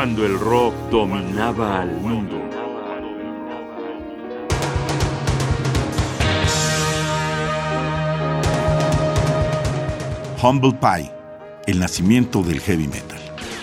cuando el rock dominaba al mundo. Humble Pie, el nacimiento del heavy metal.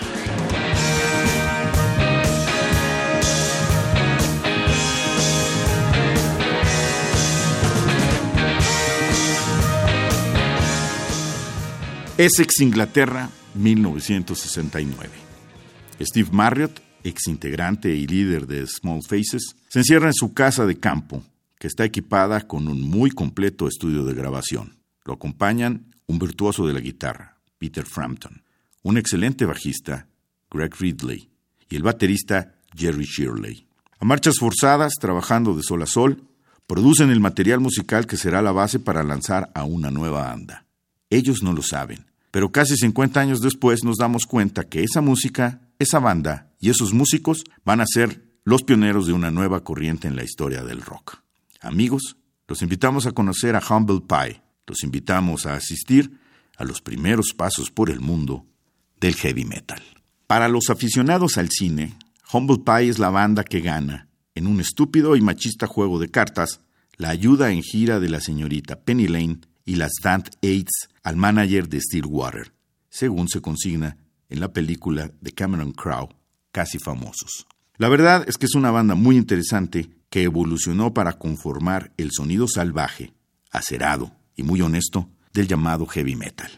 Essex, Inglaterra, 1969. Steve Marriott, ex integrante y líder de Small Faces, se encierra en su casa de campo, que está equipada con un muy completo estudio de grabación. Lo acompañan un virtuoso de la guitarra, Peter Frampton, un excelente bajista, Greg Ridley, y el baterista, Jerry Shirley. A marchas forzadas, trabajando de sol a sol, producen el material musical que será la base para lanzar a una nueva banda. Ellos no lo saben, pero casi 50 años después nos damos cuenta que esa música, esa banda y esos músicos van a ser los pioneros de una nueva corriente en la historia del rock. Amigos, los invitamos a conocer a Humble Pie. Los invitamos a asistir a los primeros pasos por el mundo del heavy metal. Para los aficionados al cine, Humble Pie es la banda que gana, en un estúpido y machista juego de cartas, la ayuda en gira de la señorita Penny Lane y las Band Aids al manager de Stillwater, según se consigna en la película de Cameron Crowe, Casi Famosos. La verdad es que es una banda muy interesante que evolucionó para conformar el sonido salvaje, acerado y muy honesto del llamado heavy metal.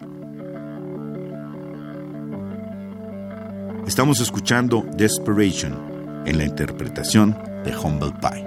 Estamos escuchando Desperation en la interpretación de Humble Pie.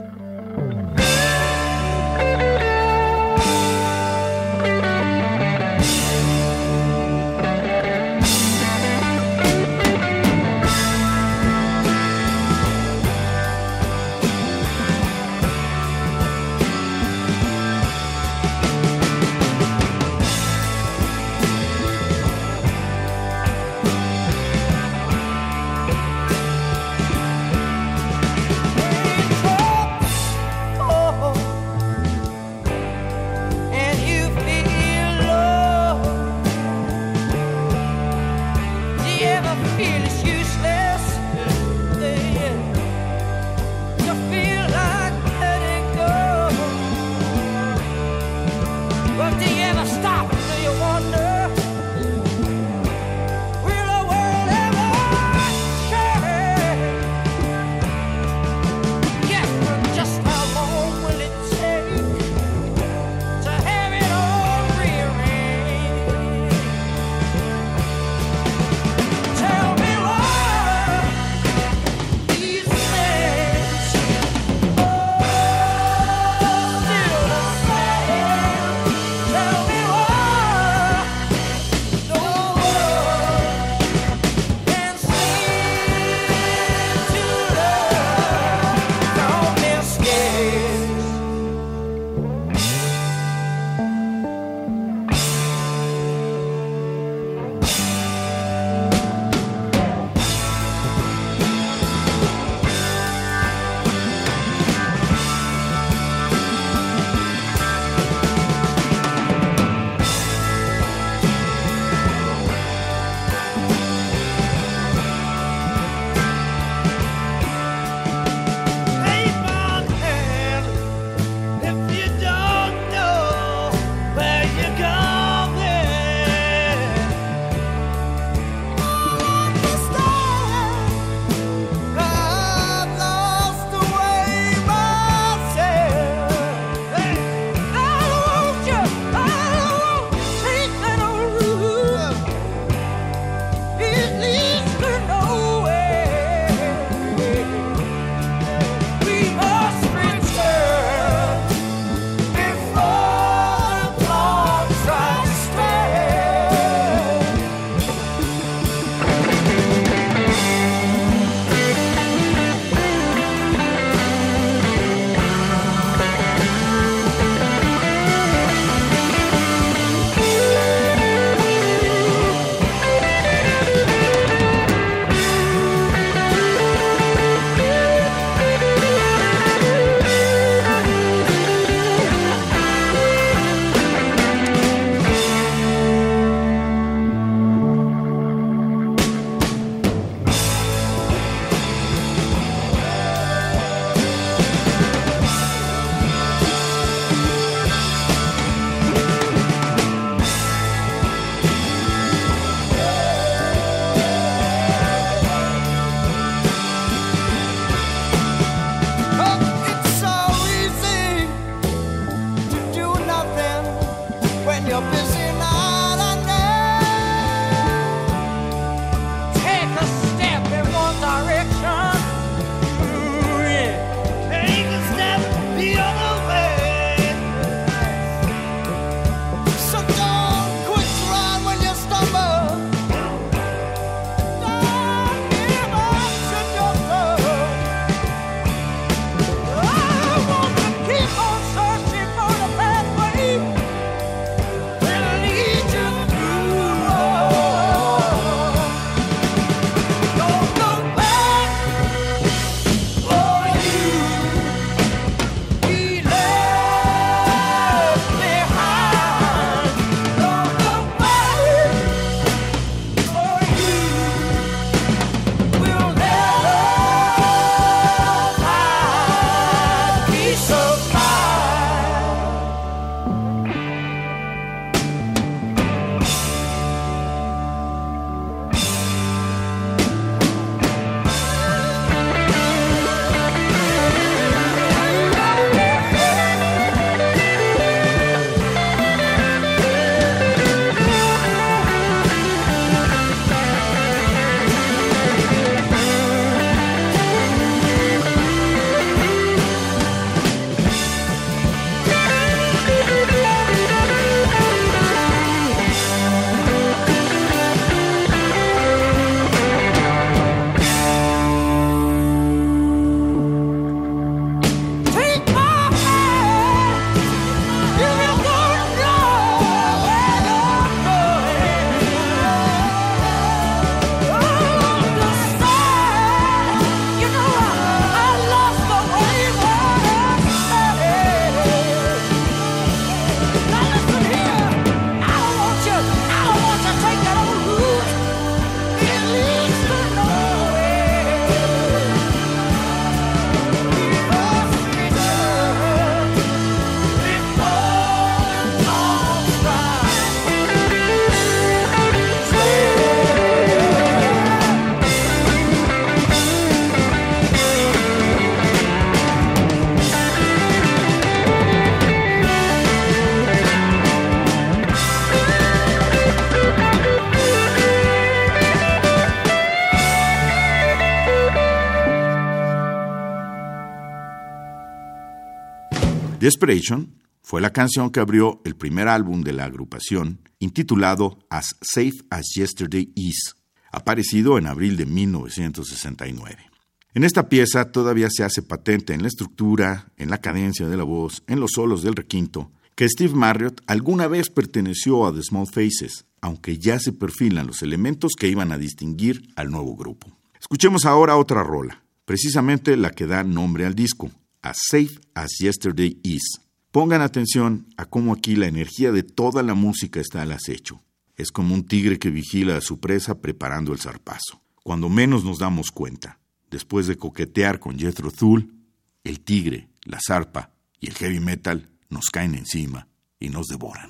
Desperation fue la canción que abrió el primer álbum de la agrupación, intitulado As Safe as Yesterday Is, aparecido en abril de 1969. En esta pieza todavía se hace patente en la estructura, en la cadencia de la voz, en los solos del requinto, que Steve Marriott alguna vez perteneció a The Small Faces, aunque ya se perfilan los elementos que iban a distinguir al nuevo grupo. Escuchemos ahora otra rola, precisamente la que da nombre al disco, As Safe as Yesterday Is. Pongan atención a cómo aquí la energía de toda la música está al acecho. Es como un tigre que vigila a su presa preparando el zarpazo. Cuando menos nos damos cuenta, después de coquetear con Jethro Tull, el tigre, la zarpa y el heavy metal nos caen encima y nos devoran.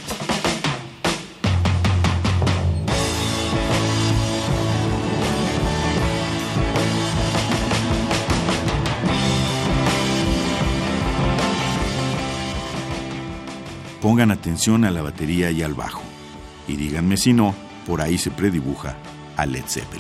Pongan atención a la batería y al bajo. Y díganme si no, por ahí se predibuja a Led Zeppelin.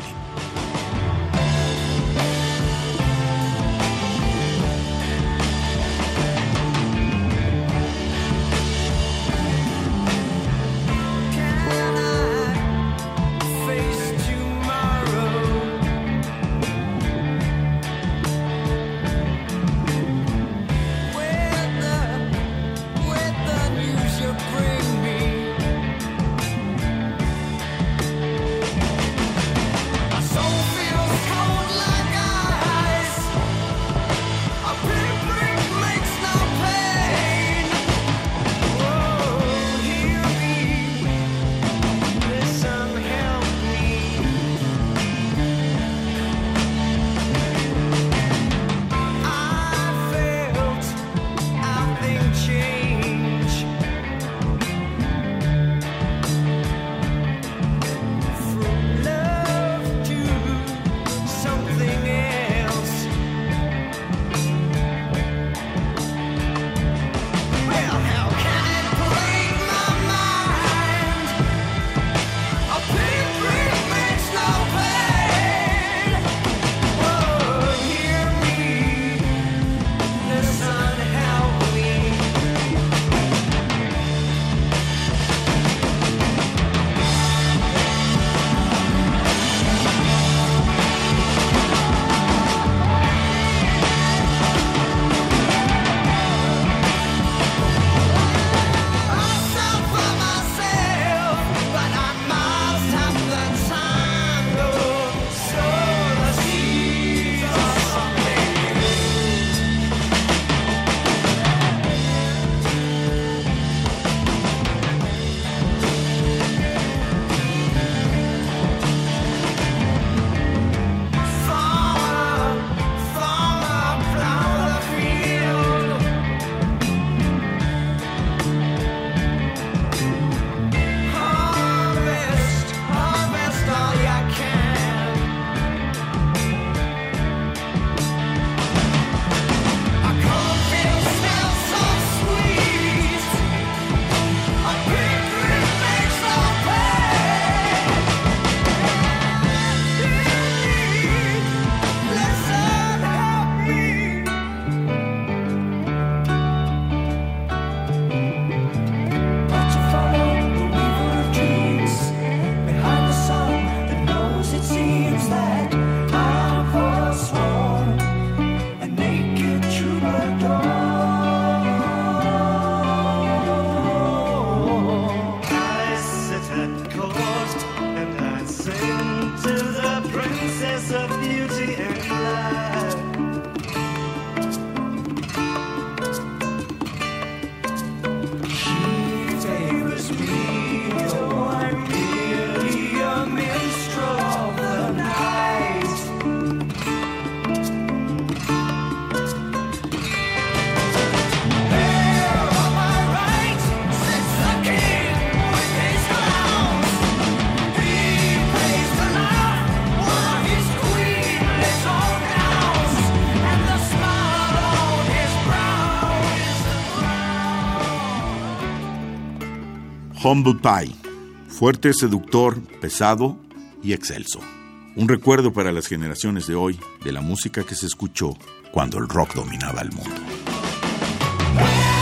Humble Pie, fuerte, seductor, pesado y excelso. Un recuerdo para las generaciones de hoy de la música que se escuchó cuando el rock dominaba el mundo.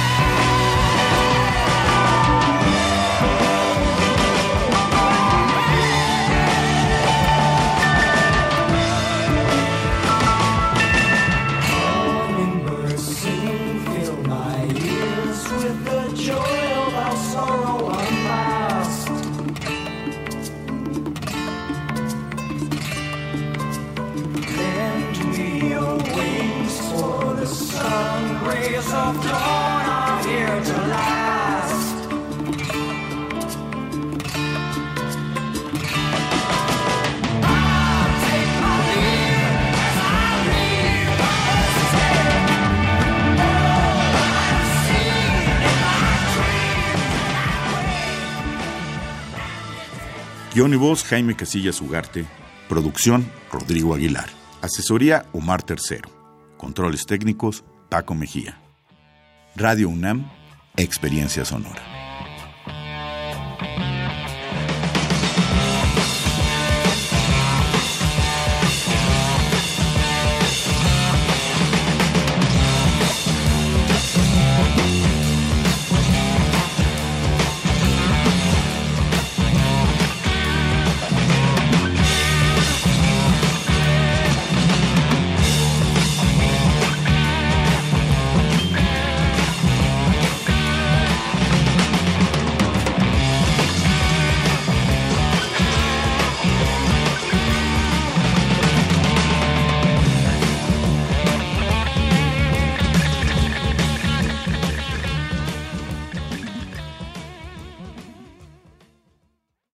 Guión y voz, Jaime Casillas Ugarte. Producción, Rodrigo Aguilar. Asesoría, Omar Tercero. Controles técnicos, Paco Mejía. Radio UNAM, Experiencia Sonora.